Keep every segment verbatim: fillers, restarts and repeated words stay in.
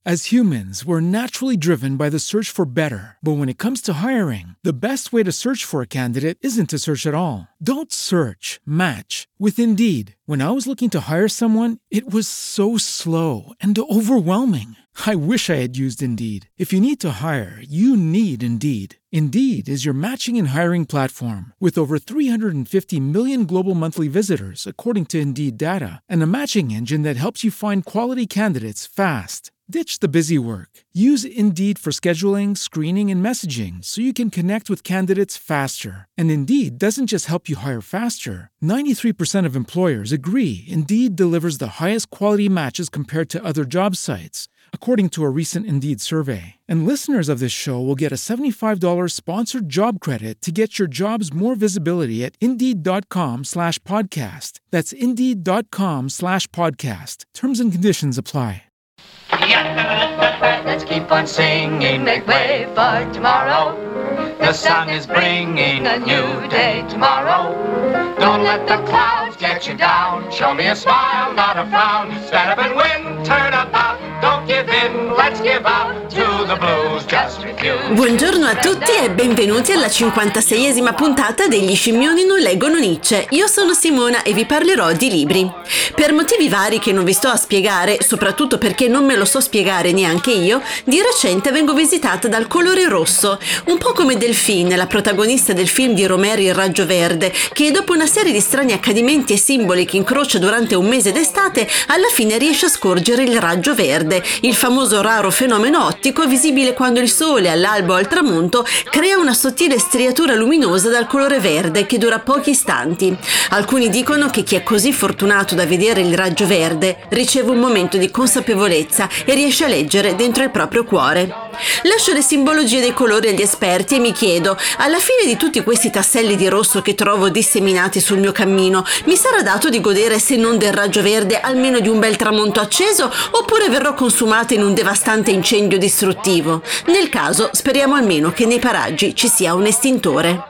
As humans, we're naturally driven by the search for better. But when it comes to hiring, the best way to search for a candidate isn't to search at all. Don't search, match with Indeed. When I was looking to hire someone, it was so slow and overwhelming. I wish I had used Indeed. If you need to hire, you need Indeed. Indeed is your matching and hiring platform with over three hundred fifty million global monthly visitors, according to Indeed data, and a matching engine that helps you find quality candidates fast. Ditch the busy work. Use Indeed for scheduling, screening, and messaging so you can connect with candidates faster. And Indeed doesn't just help you hire faster. ninety-three percent of employers agree Indeed delivers the highest quality matches compared to other job sites, according to a recent Indeed survey. And listeners of this show will get a seventy-five dollars sponsored job credit to get your jobs more visibility at Indeed.com slash podcast. That's Indeed.com slash podcast. Terms and conditions apply. Let's keep on singing, make way for tomorrow. The sun is bringing a new day tomorrow. Don't let the clouds get you down. Show me a smile, not a frown. Stand up and win, turn about. Don't give in, let's give out to the blues, just refuse. Buongiorno a tutti e benvenuti alla cinquantaseiesima puntata degli Scimmioni non leggono Nietzsche. Io sono Simona e vi parlerò di libri. Per motivi vari che non vi sto a spiegare, soprattutto perché non me lo so spiegare neanche io, di recente vengo visitata dal colore rosso, un po' come Delphine, la protagonista del film di Romero Il Raggio Verde, che dopo una serie di strani accadimenti e simboli che incrocia durante un mese d'estate, alla fine riesce a scorgere il raggio verde, il famoso raro fenomeno ottico visibile quando il sole all'alba o al tramonto crea una sottile striatura luminosa dal colore verde che dura pochi istanti. Alcuni dicono che chi è così fortunato da vedere il raggio verde riceve un momento di consapevolezza e riesce a leggere dentro il proprio cuore. Lascio le simbologie dei colori agli esperti e mi chiedo, alla fine di tutti questi tasselli di rosso che trovo disseminati sul mio cammino, mi sarà dato di godere, se non del raggio verde, almeno di un bel tramonto acceso, oppure verrò consumata in un devastante incendio distruttivo? Nel caso, speriamo almeno che nei paraggi ci sia un estintore.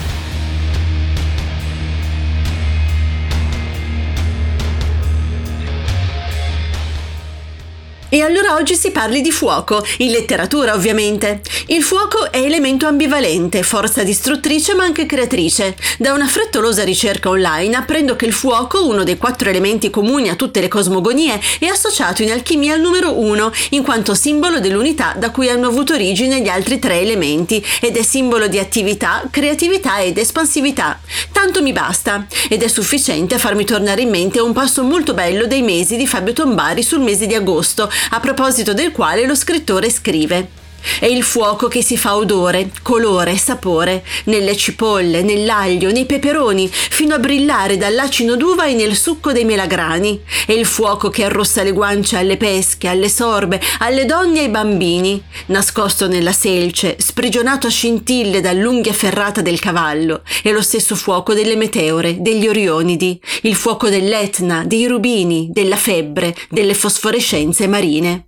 E allora oggi si parli di fuoco, in letteratura ovviamente. Il fuoco è elemento ambivalente, forza distruttrice ma anche creatrice. Da una frettolosa ricerca online apprendo che il fuoco, uno dei quattro elementi comuni a tutte le cosmogonie, è associato in alchimia al numero uno, in quanto simbolo dell'unità da cui hanno avuto origine gli altri tre elementi, ed è simbolo di attività, creatività ed espansività. Tanto mi basta, ed è sufficiente a farmi tornare in mente un passo molto bello dei mesi di Fabio Tombari sul mese di agosto, a proposito del quale lo scrittore scrive: è il fuoco che si fa odore, colore, sapore, nelle cipolle, nell'aglio, nei peperoni, fino a brillare dall'acino d'uva e nel succo dei melagrani. È il fuoco che arrossa le guance alle pesche, alle sorbe, alle donne e ai bambini, nascosto nella selce, sprigionato a scintille dall'unghia ferrata del cavallo. È lo stesso fuoco delle meteore, degli orionidi, il fuoco dell'Etna, dei rubini, della febbre, delle fosforescenze marine.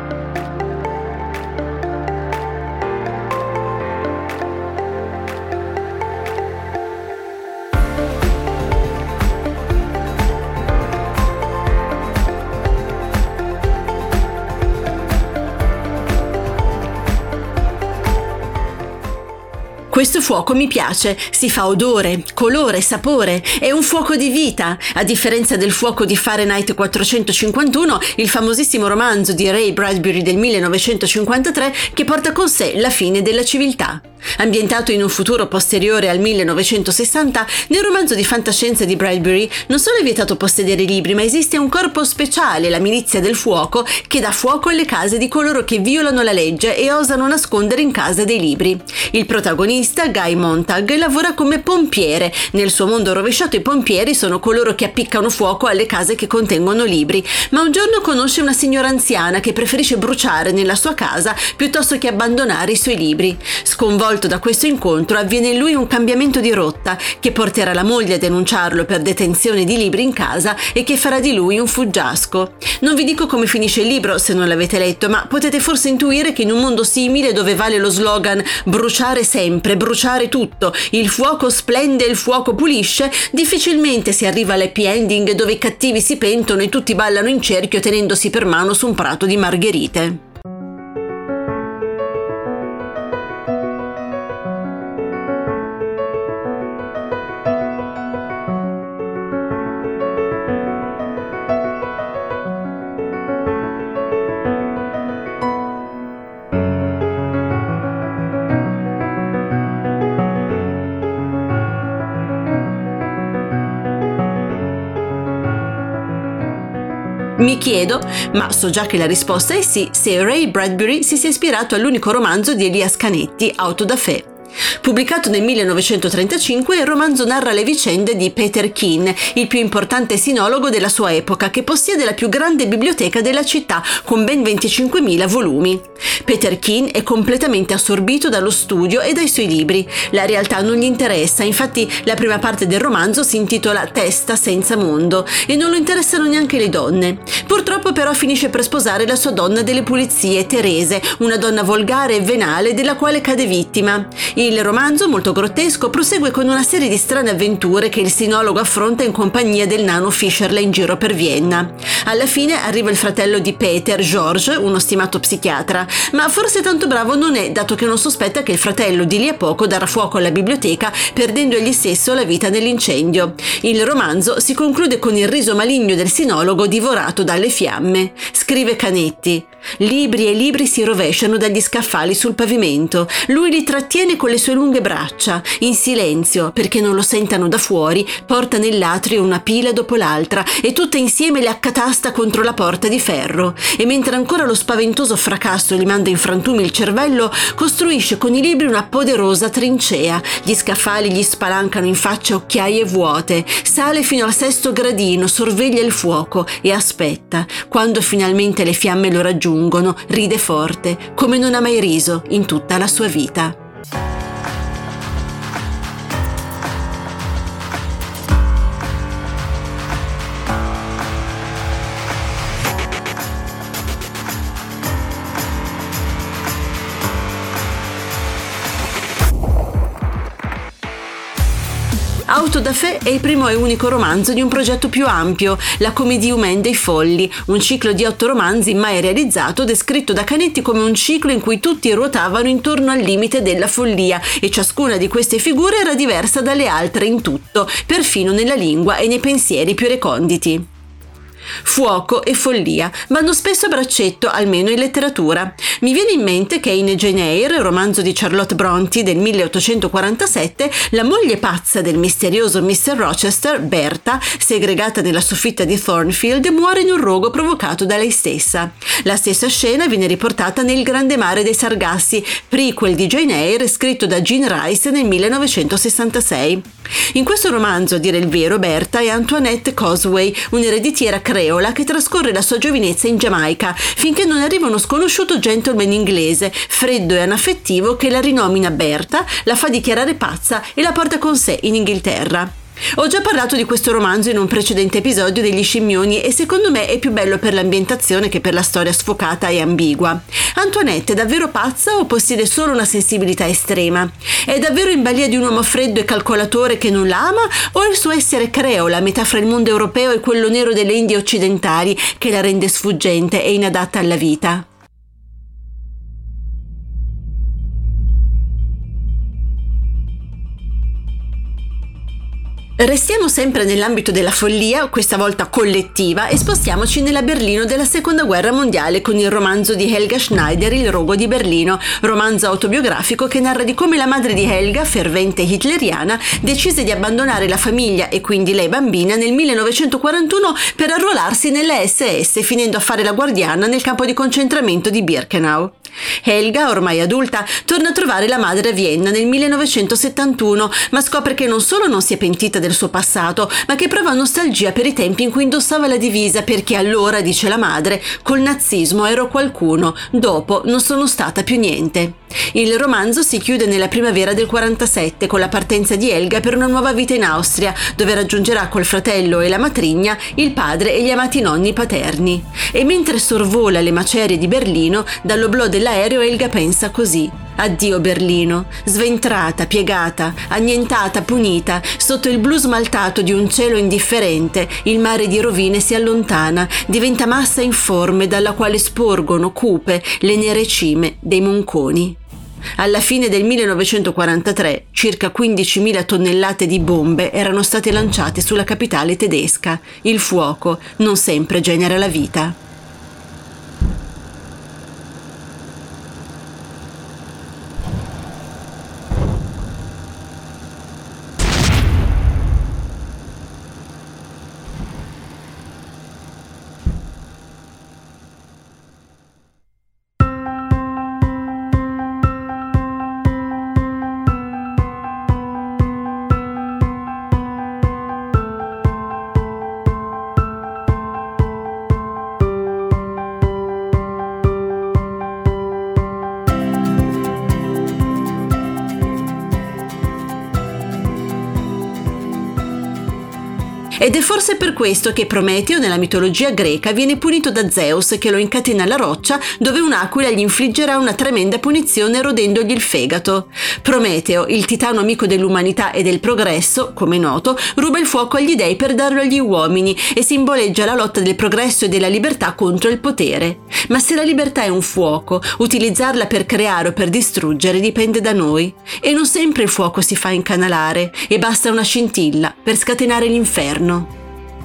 Questo fuoco mi piace, si fa odore, colore, sapore, è un fuoco di vita, a differenza del fuoco di Fahrenheit quattrocentocinquantuno, il famosissimo romanzo di Ray Bradbury del millenovecentocinquantatré che porta con sé la fine della civiltà. Ambientato in un futuro posteriore al millenovecentosessanta, nel romanzo di fantascienza di Bradbury non solo è vietato possedere libri, ma esiste un corpo speciale, la milizia del fuoco, che dà fuoco alle case di coloro che violano la legge e osano nascondere in casa dei libri. Il protagonista, Guy Montag, lavora come pompiere. Nel suo mondo rovesciato i pompieri sono coloro che appiccano fuoco alle case che contengono libri, ma un giorno conosce una signora anziana che preferisce bruciare nella sua casa piuttosto che abbandonare i suoi libri. Sconvolto da questo incontro, avviene in lui un cambiamento di rotta che porterà la moglie a denunciarlo per detenzione di libri in casa e che farà di lui un fuggiasco. Non vi dico come finisce il libro se non l'avete letto, ma potete forse intuire che in un mondo simile, dove vale lo slogan bruciare sempre, bruciare tutto, il fuoco splende e il fuoco pulisce, difficilmente si arriva all'happy ending dove i cattivi si pentono e tutti ballano in cerchio tenendosi per mano su un prato di margherite. Mi chiedo, ma so già che la risposta è sì, se Ray Bradbury si sia ispirato all'unico romanzo di Elias Canetti, Auto da Fé. Pubblicato nel millenovecentotrentacinque, il romanzo narra le vicende di Peter Keane, il più importante sinologo della sua epoca, che possiede la più grande biblioteca della città, con ben venticinquemila volumi. Peter Keane è completamente assorbito dallo studio e dai suoi libri. La realtà non gli interessa, infatti la prima parte del romanzo si intitola Testa senza mondo e non lo interessano neanche le donne. Purtroppo però finisce per sposare la sua donna delle pulizie, Terese, una donna volgare e venale della quale cade vittima. Il romanzo, molto grottesco, prosegue con una serie di strane avventure che il sinologo affronta in compagnia del nano Fischerle in giro per Vienna. Alla fine arriva il fratello di Peter, George, uno stimato psichiatra, ma forse tanto bravo non è, dato che non sospetta che il fratello di lì a poco darà fuoco alla biblioteca, perdendo egli stesso la vita nell'incendio. Il romanzo si conclude con il riso maligno del sinologo divorato dalle fiamme. Scrive Canetti: libri e libri si rovesciano dagli scaffali sul pavimento. Lui li trattiene con le sue lunghe braccia. In silenzio, perché non lo sentano da fuori, porta nell'atrio una pila dopo l'altra e tutte insieme le accatasta contro la porta di ferro. E mentre ancora lo spaventoso fracasso gli manda in frantumi il cervello, costruisce con i libri una poderosa trincea. Gli scaffali gli spalancano in faccia occhiaie vuote. Sale fino al sesto gradino, sorveglia il fuoco e aspetta. Quando finalmente le fiamme lo raggiungono, ride forte, come non ha mai riso in tutta la sua vita. Auto da Fé è il primo e unico romanzo di un progetto più ampio, la Comédie humaine dei folli, un ciclo di otto romanzi mai realizzato, descritto da Canetti come un ciclo in cui tutti ruotavano intorno al limite della follia e ciascuna di queste figure era diversa dalle altre in tutto, perfino nella lingua e nei pensieri più reconditi. Fuoco e follia vanno spesso a braccetto, almeno in letteratura. Mi viene in mente che in Jane Eyre, romanzo di Charlotte Brontë del milleottocentoquarantasette, la moglie pazza del misterioso mister Rochester, Berta, segregata nella soffitta di Thornfield, muore in un rogo provocato da lei stessa. La stessa scena viene riportata nel Grande mare dei Sargassi, prequel di Jane Eyre, scritto da Jean Rice nel millenovecentosessantasei. In questo romanzo, a dire il vero, Berta è Antoinette Cosway, un'ereditiera creola che trascorre la sua giovinezza in Giamaica, finché non arriva uno sconosciuto gentleman inglese, freddo e anaffettivo, che la rinomina Berta, la fa dichiarare pazza e la porta con sé in Inghilterra. Ho già parlato di questo romanzo in un precedente episodio degli Scimmioni e secondo me è più bello per l'ambientazione che per la storia sfocata e ambigua. Antoinette è davvero pazza o possiede solo una sensibilità estrema? È davvero in balia di un uomo freddo e calcolatore che non la ama, o è il suo essere creola, metà fra il mondo europeo e quello nero delle Indie occidentali, che la rende sfuggente e inadatta alla vita? Restiamo sempre nell'ambito della follia, questa volta collettiva, e spostiamoci nella Berlino della Seconda Guerra Mondiale con il romanzo di Helga Schneider, Il rogo di Berlino, romanzo autobiografico che narra di come la madre di Helga, fervente hitleriana, decise di abbandonare la famiglia e quindi lei bambina nel millenovecentoquarantuno per arruolarsi nella esse esse, finendo a fare la guardiana nel campo di concentramento di Birkenau. Helga, ormai adulta, torna a trovare la madre a Vienna nel millenovecentosettantuno, ma scopre che non solo non si è pentita del suo passato, ma che prova nostalgia per i tempi in cui indossava la divisa, perché allora, dice la madre, col nazismo ero qualcuno, dopo non sono stata più niente. Il romanzo si chiude nella primavera del quarantasette con la partenza di Helga per una nuova vita in Austria, dove raggiungerà col fratello e la matrigna il padre e gli amati nonni paterni. E mentre sorvola le macerie di Berlino, dall'oblò dell'aereo Helga pensa così: addio Berlino, sventrata, piegata, annientata, punita, sotto il blu smaltato di un cielo indifferente, il mare di rovine si allontana, diventa massa informe dalla quale sporgono, cupe, le nere cime dei monconi. Alla fine del millenovecentoquarantatré, circa quindicimila tonnellate di bombe erano state lanciate sulla capitale tedesca. Il fuoco non sempre genera la vita. Ed è forse per questo che Prometeo nella mitologia greca viene punito da Zeus, che lo incatena alla roccia, dove un'aquila gli infliggerà una tremenda punizione rodendogli il fegato. Prometeo, il titano amico dell'umanità e del progresso, come noto, ruba il fuoco agli dei per darlo agli uomini e simboleggia la lotta del progresso e della libertà contro il potere. Ma se la libertà è un fuoco, utilizzarla per creare o per distruggere dipende da noi. E non sempre il fuoco si fa incanalare e basta una scintilla per scatenare l'inferno.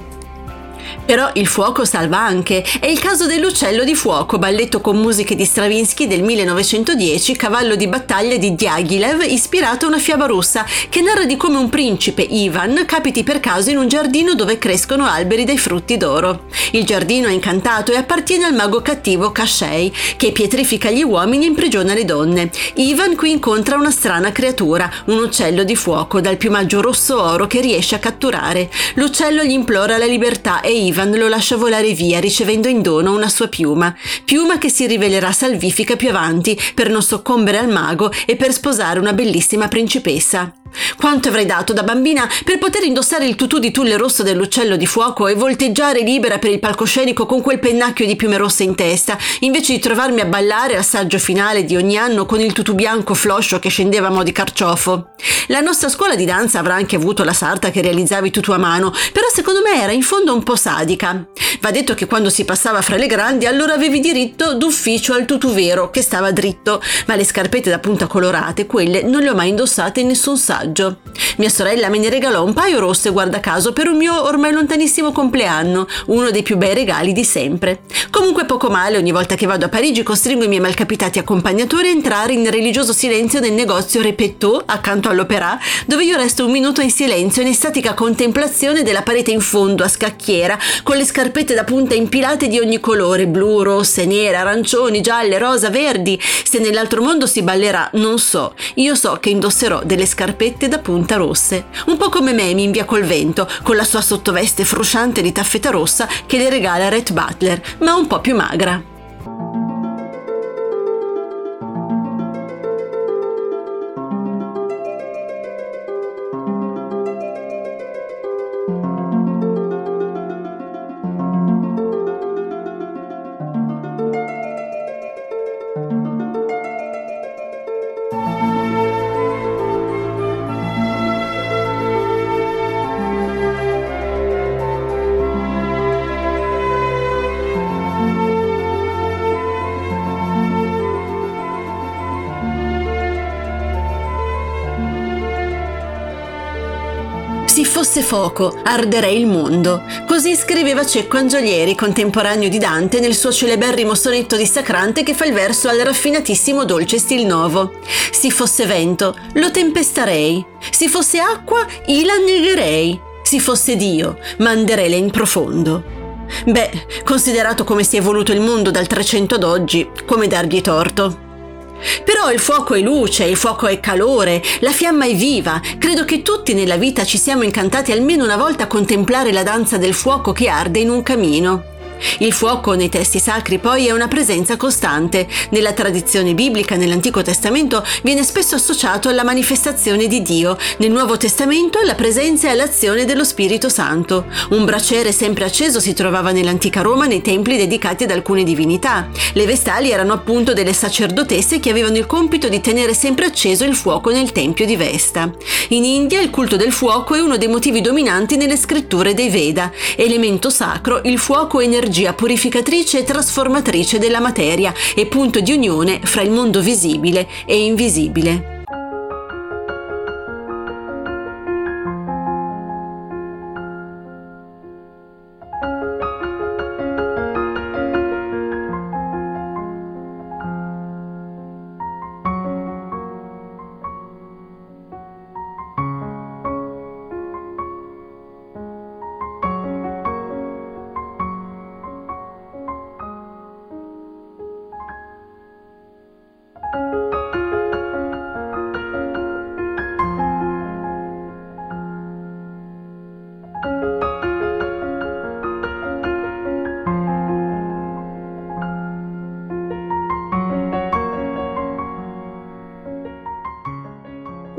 Però il fuoco salva anche. È il caso dell'Uccello di fuoco, balletto con musiche di Stravinsky del millenovecentodieci, cavallo di battaglia di Diaghilev, ispirato a una fiaba russa, che narra di come un principe, Ivan, capiti per caso in un giardino dove crescono alberi dai frutti d'oro. Il giardino è incantato e appartiene al mago cattivo Kashei, che pietrifica gli uomini e imprigiona le donne. Ivan qui incontra una strana creatura, un uccello di fuoco dal piumaggio rosso-oro che riesce a catturare. L'uccello gli implora la libertà e Ivan lo lascia volare via, ricevendo in dono una sua piuma, piuma che si rivelerà salvifica più avanti per non soccombere al mago e per sposare una bellissima principessa. Quanto avrei dato da bambina per poter indossare il tutù di tulle rosso dell'Uccello di fuoco e volteggiare libera per il palcoscenico con quel pennacchio di piume rosse in testa, invece di trovarmi a ballare al saggio finale di ogni anno con il tutù bianco floscio che scendeva a mo' di carciofo. La nostra scuola di danza avrà anche avuto la sarta che realizzava i tutù a mano, però secondo me era in fondo un po' sadica. Va detto che quando si passava fra le grandi allora avevi diritto d'ufficio al tutù vero, che stava dritto, ma le scarpette da punta colorate, quelle non le ho mai indossate in nessun saggio. Mia sorella me ne regalò un paio rosse, guarda caso, per un mio ormai lontanissimo compleanno, uno dei più bei regali di sempre. Comunque poco male, ogni volta che vado a Parigi costringo i miei malcapitati accompagnatori a entrare in religioso silenzio nel negozio Repetto, accanto all'Opéra, dove io resto un minuto in silenzio in estatica contemplazione della parete in fondo a scacchiera, con le scarpette da punta impilate di ogni colore, blu, rosse, nere, arancioni, gialle, rosa, verdi. Se nell'altro mondo si ballerà, non so. Io so che indosserò delle scarpette da punta rosse, un po' come Mamie in Via col Vento, con la sua sottoveste frusciante di taffeta rossa che le regala Rhett Butler, ma un po' più magra. Se fosse fuoco, arderei il mondo. Così scriveva Cecco Angiolieri, contemporaneo di Dante, nel suo celeberrimo sonetto dissacrante che fa il verso al raffinatissimo dolce stil nuovo. Se fosse vento, lo tempestarei. Se fosse acqua, ila negherei. Se fosse Dio, manderei in profondo. Beh, considerato come si è evoluto il mondo dal trecento ad oggi, come dargli torto? Però il fuoco è luce, il fuoco è calore, la fiamma è viva. Credo che tutti nella vita ci siamo incantati almeno una volta a contemplare la danza del fuoco che arde in un camino. Il fuoco nei testi sacri poi è una presenza costante. Nella tradizione biblica, nell'Antico Testamento, viene spesso associato alla manifestazione di Dio. Nel Nuovo Testamento alla presenza e all'azione dello Spirito Santo. Un braciere sempre acceso si trovava nell'antica Roma nei templi dedicati ad alcune divinità. Le vestali erano appunto delle sacerdotesse che avevano il compito di tenere sempre acceso il fuoco nel tempio di Vesta. In India il culto del fuoco è uno dei motivi dominanti nelle scritture dei Veda. Elemento sacro, il fuoco è energia purificatrice e trasformatrice della materia e punto di unione fra il mondo visibile e invisibile.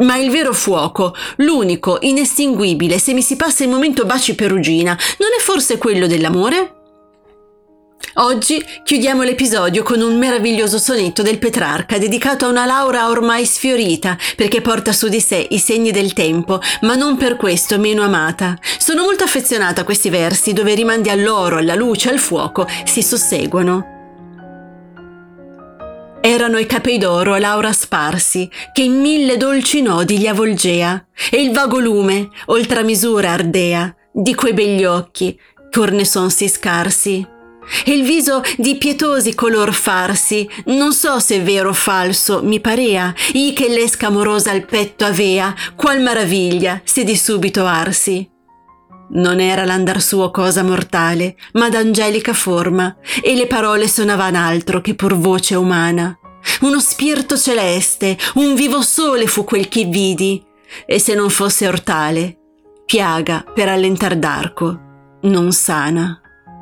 Ma il vero fuoco, l'unico, inestinguibile, se mi si passa il momento baci perugina, non è forse quello dell'amore? Oggi chiudiamo l'episodio con un meraviglioso sonetto del Petrarca dedicato a una Laura ormai sfiorita perché porta su di sé i segni del tempo, ma non per questo meno amata. Sono molto affezionata a questi versi dove i rimandi all'oro, alla luce, al fuoco si susseguono. Erano i capei d'oro a Laura sparsi, che in mille dolci nodi li avvolgea, e il vago lume, oltre misura ardea, di quei begli occhi, ch'or ne son sì scarsi. E il viso di pietosi color farsi, non so se è vero o falso, mi parea, i che l'esca amorosa al petto avea, qual maraviglia se di subito arsi. Non era l'andar suo cosa mortale, ma d'angelica forma, e le parole sonavan altro che pur voce umana. Uno spirito celeste, un vivo sole fu quel che vidi, e se non fosse ortale, piaga per allentar d'arco, non sana.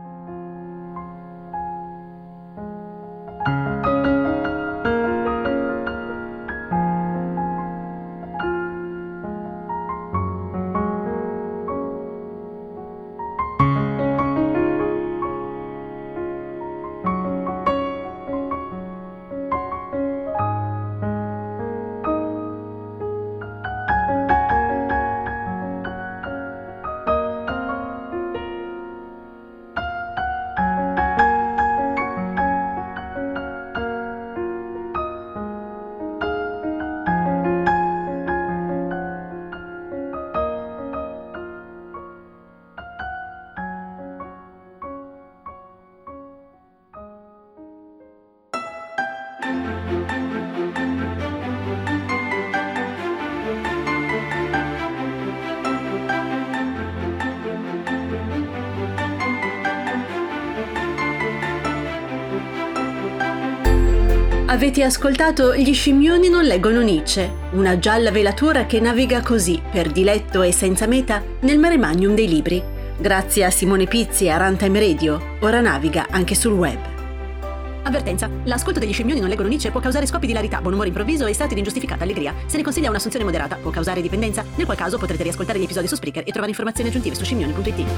Avete ascoltato Gli scimmioni non leggono Nietzsche, una gialla velatura che naviga così, per diletto e senza meta, nel mare magnum dei libri. Grazie a Simone Pizzi e a Runtime Radio, ora naviga anche sul web. Avvertenza: l'ascolto degli scimmioni non leggono Nietzsche può causare scoppi di ilarità, buon umore improvviso e stati di ingiustificata allegria. Se ne consiglia un'assunzione moderata, può causare dipendenza, nel qual caso potrete riascoltare gli episodi su Spreaker e trovare informazioni aggiuntive su scimmioni punto it.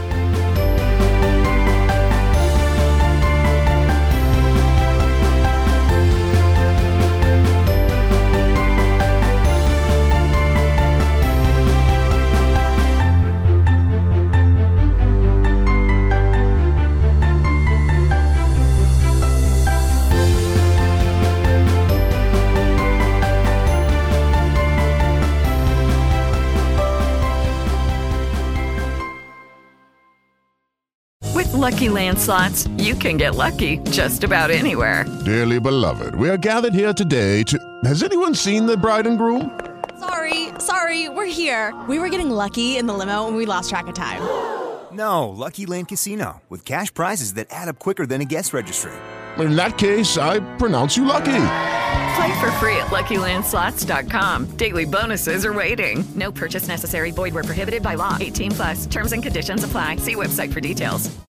Lucky Land Slots, you can get lucky just about anywhere. Dearly beloved, we are gathered here today to... Has anyone seen the bride and groom? Sorry, sorry, we're here. We were getting lucky in the limo and we lost track of time. No, Lucky Land Casino, with cash prizes that add up quicker than a guest registry. In that case, I pronounce you lucky. Play for free at lucky land slots dot com. Daily bonuses are waiting. No purchase necessary. Void where prohibited by law. eighteen plus. Terms and conditions apply. See website for details.